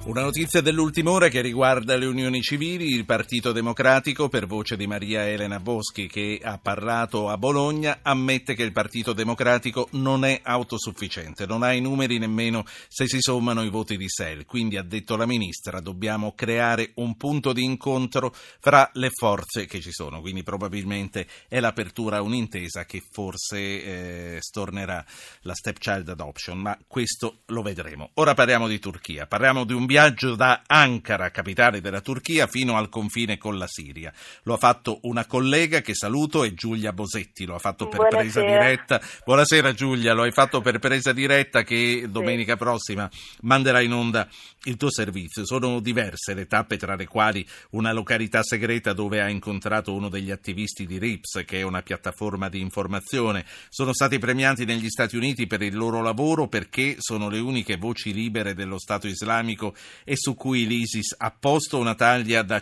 Una notizia dell'ultima ora che riguarda le unioni civili. Il Partito Democratico, per voce di Maria Elena Boschi, che ha parlato a Bologna, ammette che il Partito Democratico non è autosufficiente, non ha i numeri nemmeno se si sommano i voti di SEL. Quindi, ha detto la ministra, dobbiamo creare un punto di incontro fra le forze che ci sono. Quindi probabilmente è l'apertura a un'intesa che forse stornerà la stepchild adoption, ma questo lo vedremo. Ora parliamo di Turchia, parliamo di un viaggio da Ankara, capitale della Turchia, fino al confine con la Siria. Lo ha fatto una collega che saluto, è Giulia Bosetti, lo ha fatto per presa diretta. Buonasera Giulia, lo hai fatto per presa diretta che domenica prossima manderà in onda il tuo servizio. Sono diverse le tappe, tra le quali una località segreta dove ha incontrato uno degli attivisti di RIPS, che è una piattaforma di informazione. Sono stati premiati negli Stati Uniti per il loro lavoro perché sono le uniche voci libere dello Stato islamico e su cui l'ISIS ha posto una taglia da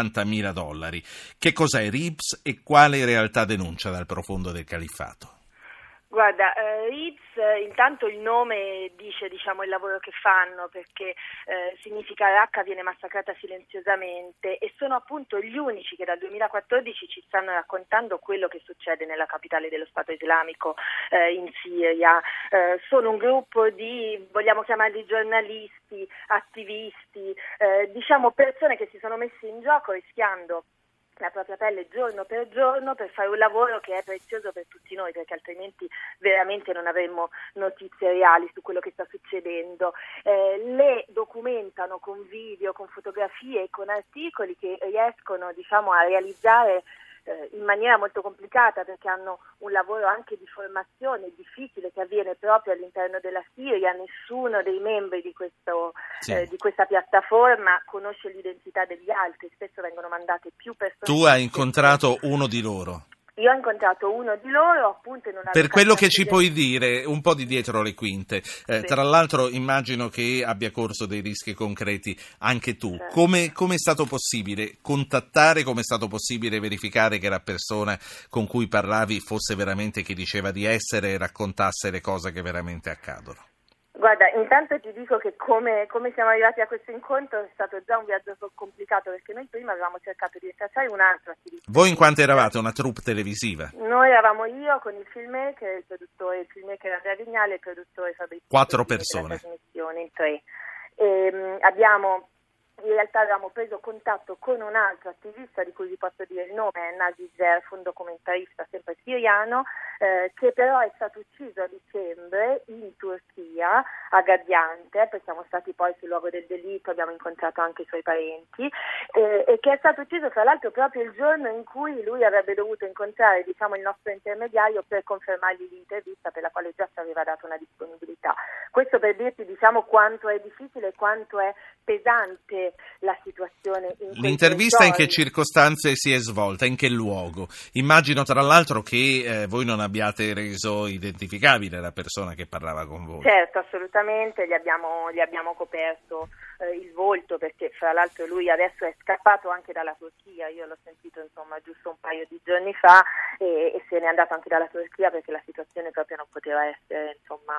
$50.000. Che cos'è RIPS e quale realtà denuncia dal profondo del califfato? Guarda, RIPS, intanto il nome dice il lavoro che fanno, perché significa Raqqa viene massacrata silenziosamente, e sono appunto gli unici che dal 2014 ci stanno raccontando quello che succede nella capitale dello Stato islamico in Siria. Sono un gruppo di, vogliamo chiamarli giornalisti, attivisti, persone che si sono messe in gioco rischiando la propria pelle giorno per giorno per fare un lavoro che è prezioso per tutti noi, perché altrimenti veramente non avremmo notizie reali su quello che sta succedendo. Le documentano con video, con fotografie e con articoli che riescono a realizzare in maniera molto complicata, perché hanno un lavoro anche di formazione difficile che avviene proprio all'interno della Siria. Nessuno dei membri di questa piattaforma conosce l'identità degli altri, spesso vengono mandate più persone. Tu hai incontrato uno di loro? Io ho incontrato uno di loro, appunto, in una per quello che ci puoi dire, un po' di dietro le quinte. Sì. Tra l'altro immagino che abbia corso dei rischi concreti anche tu. Certo. Come è stato possibile contattare, come è stato possibile verificare che la persona con cui parlavi fosse veramente chi diceva di essere e raccontasse le cose che veramente accadono? Guarda, intanto ti dico che come siamo arrivati a questo incontro è stato già un viaggio complicato, perché noi prima avevamo cercato di rintracciare un altro attivista. Voi in quanto eravate? Una troupe televisiva? Noi eravamo io con il filmmaker, il filmmaker Andrea Vignale e il produttore Fabrizio. 4 persone. La trasmissione in 3. In realtà avevamo preso contatto con un altro attivista di cui vi posso dire il nome, è Nazi Zerf, un documentarista sempre siriano, che però è stato ucciso a dicembre in Turchia, a Gaziantep. Siamo stati poi sul luogo del delitto, abbiamo incontrato anche i suoi parenti, e che è stato ucciso tra l'altro proprio il giorno in cui lui avrebbe dovuto incontrare il nostro intermediario per confermargli l'intervista, per la quale già ci aveva dato una disponibilità. Questo per dirti quanto è difficile e quanto è pesante la situazione in l'intervista in che circostanze si è svolta, in che luogo? Immagino tra l'altro che voi non abbiate reso identificabile la persona che parlava con voi. Certo, assolutamente, gli abbiamo coperto il volto, perché fra l'altro lui adesso è scappato anche dalla Turchia. Io l'ho sentito giusto un paio di giorni fa, e se n'è andato anche dalla Turchia perché la situazione proprio non poteva essere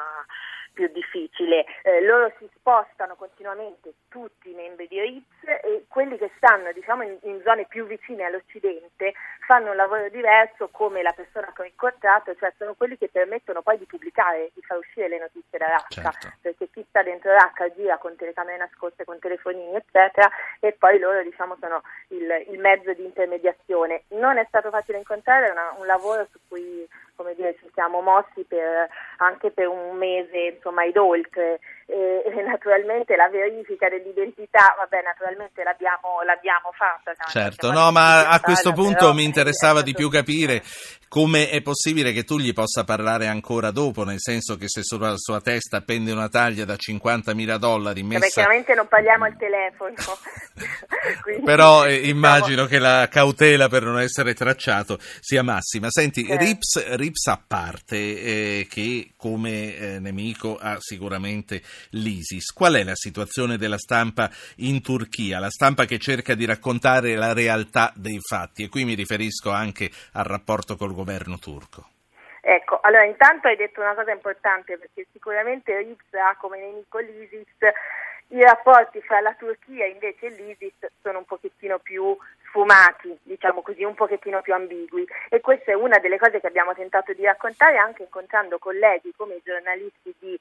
più difficile. Loro si spostano continuamente, tutti i membri di RIPS, e quelli che stanno in zone più vicine all'Occidente fanno un lavoro diverso, come la persona che ho incontrato, cioè sono quelli che permettono poi di pubblicare, di far uscire le notizie da Raqqa. Certo. Perché chi sta dentro Raqqa gira con telecamere nascoste, con telefonini eccetera, e poi loro sono il mezzo di intermediazione. Non è stato facile incontrare, è un lavoro su cui ci siamo mossi anche per un mese ed oltre, e naturalmente la verifica dell'identità, naturalmente l'abbiamo fatta. Certo, no, ma a questo punto mi interessava di più capire come è possibile che tu gli possa parlare ancora dopo, nel senso che se sulla sua testa pende una taglia da $50.000 messa... Beh, chiaramente non parliamo al telefono. Quindi, però immagino che la cautela per non essere tracciato sia massima. Senti, RIPS a parte, che come nemico ha sicuramente l'ISIS, qual è la situazione della stampa in Turchia? La stampa che cerca di raccontare la realtà dei fatti, e qui mi riferisco anche al rapporto col governo turco. Ecco, allora intanto hai detto una cosa importante, perché sicuramente RIPS ha come nemico l'ISIS, I rapporti fra la Turchia invece e l'ISIS sono un pochettino più sfumati, diciamo così, un pochettino più ambigui, e questa è una delle cose che abbiamo tentato di raccontare anche incontrando colleghi come i giornalisti di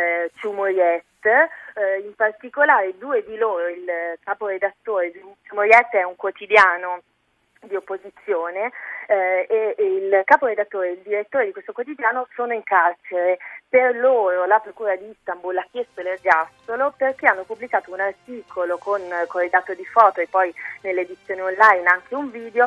Cumhuriyet, in particolare due di loro, il caporedattore di Cumhuriyet è un quotidiano di opposizione e il caporedattore e il direttore di questo quotidiano sono in carcere. Per loro la Procura di Istanbul ha chiesto l'ergastolo perché hanno pubblicato un articolo con corredato di foto e poi nell'edizione online anche un video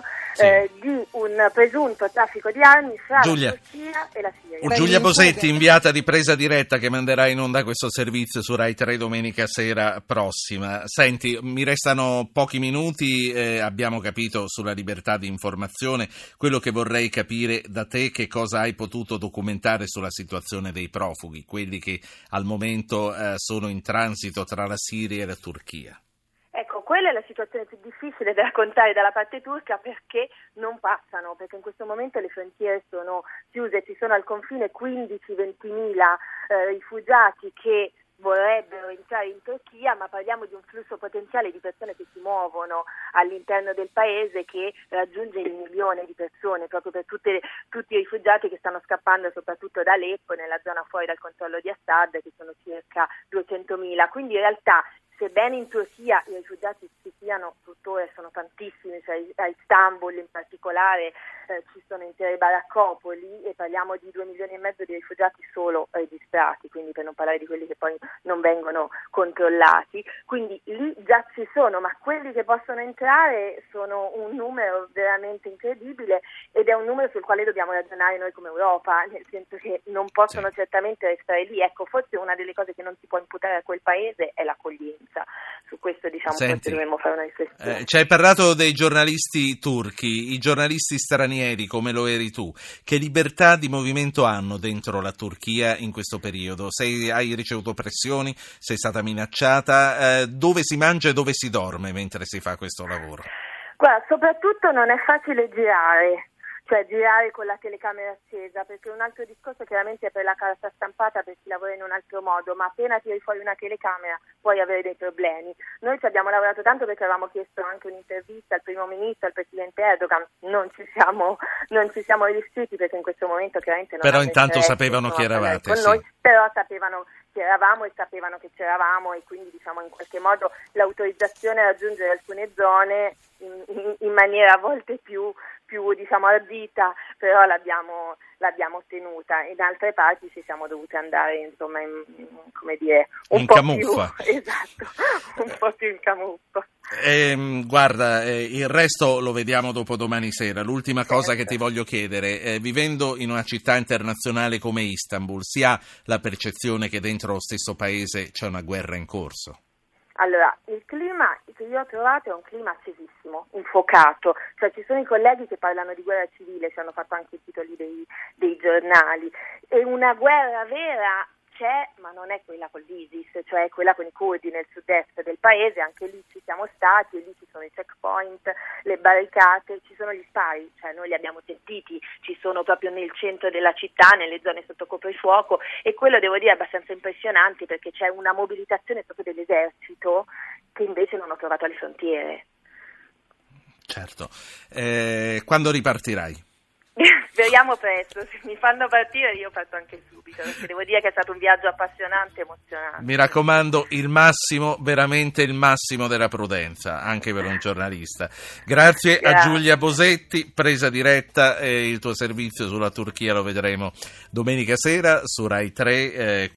di un presunto traffico di armi fra la Turchia e la Siria. Giulia Bosetti, inviata di Presa Diretta, che manderà in onda questo servizio su Rai 3 domenica sera prossima. Senti, mi restano pochi minuti, abbiamo capito sulla libertà di informazione. Quello che vorrei capire da te, che cosa hai potuto documentare sulla situazione dei profughi, quelli che al momento sono in transito tra la Siria e la Turchia. Ecco, quella è la situazione più difficile da raccontare dalla parte turca, perché non passano, perché in questo momento le frontiere sono chiuse, ci sono al confine 15-20 mila rifugiati che vorrebbero entrare in Turchia, ma parliamo di un flusso potenziale di persone che si muovono all'interno del paese che raggiunge il 1 milione di persone, proprio per tutti i rifugiati che stanno scappando soprattutto da Aleppo, nella zona fuori dal controllo di Assad, che sono circa 200.000. Quindi in realtà, sebbene in Turchia i rifugiati ci siano tuttora, sono tantissimi, cioè a Istanbul in particolare ci sono intere baraccopoli, e parliamo di 2,5 milioni di rifugiati solo registrati, quindi per non parlare di quelli che poi non vengono controllati. Quindi lì già ci sono, ma quelli che possono entrare sono un numero veramente incredibile, ed è un numero sul quale dobbiamo ragionare noi come Europa, nel senso che non possono certamente restare lì. Ecco, forse una delle cose che non si può imputare a quel paese è l'accoglienza. Su questo forse dovremmo fare una riflessione. Ci hai parlato dei giornalisti turchi, i giornalisti stranieri come lo eri tu. Che libertà di movimento hanno dentro la Turchia in questo periodo? Hai ricevuto pressioni? Sei stata minacciata? Dove si mangia e dove si dorme mentre si fa questo lavoro? Guarda, soprattutto non è facile girare con la telecamera accesa, perché un altro discorso chiaramente è per la carta stampata, per chi lavora in un altro modo, ma appena tiri fuori una telecamera puoi avere dei problemi. Noi ci abbiamo lavorato tanto perché avevamo chiesto anche un'intervista al primo ministro, al presidente Erdogan, non ci siamo riusciti, perché in questo momento chiaramente non però intanto sapevano chi eravate con noi, però sapevano chi eravamo e sapevano che c'eravamo, e quindi in qualche modo l'autorizzazione a raggiungere alcune zone in maniera a volte più ardita, però l'abbiamo ottenuta. In altre parti ci siamo dovuti andare un po' camuffa. Più esatto, un po' più in camuffa. Guarda, il resto lo vediamo dopo domani sera. L'ultima cosa che ti voglio chiedere, vivendo in una città internazionale come Istanbul, si ha la percezione che dentro lo stesso paese c'è una guerra in corso? Allora, il clima che io ho trovato è un clima accesissimo, infuocato, cioè ci sono i colleghi che parlano di guerra civile, ci hanno fatto anche i titoli dei giornali, e una guerra vera c'è, ma non è quella con l'ISIS, cioè quella con i curdi nel sud-est del paese. Anche lì ci siamo stati, e lì ci sono i checkpoint, le barricate, ci sono gli spari, cioè noi li abbiamo sentiti, ci sono proprio nel centro della città, nelle zone sotto coprifuoco, e quello devo dire è abbastanza impressionante, perché c'è una mobilitazione proprio dell'esercito che invece non ho trovato alle frontiere. Certo. Quando ripartirai? Speriamo presto, se mi fanno partire io parto anche subito, perché devo dire che è stato un viaggio appassionante e emozionante. Mi raccomando, il massimo, veramente il massimo della prudenza, anche per un giornalista. Grazie a Giulia Bosetti, Presa Diretta, il tuo servizio sulla Turchia lo vedremo domenica sera su Rai 3.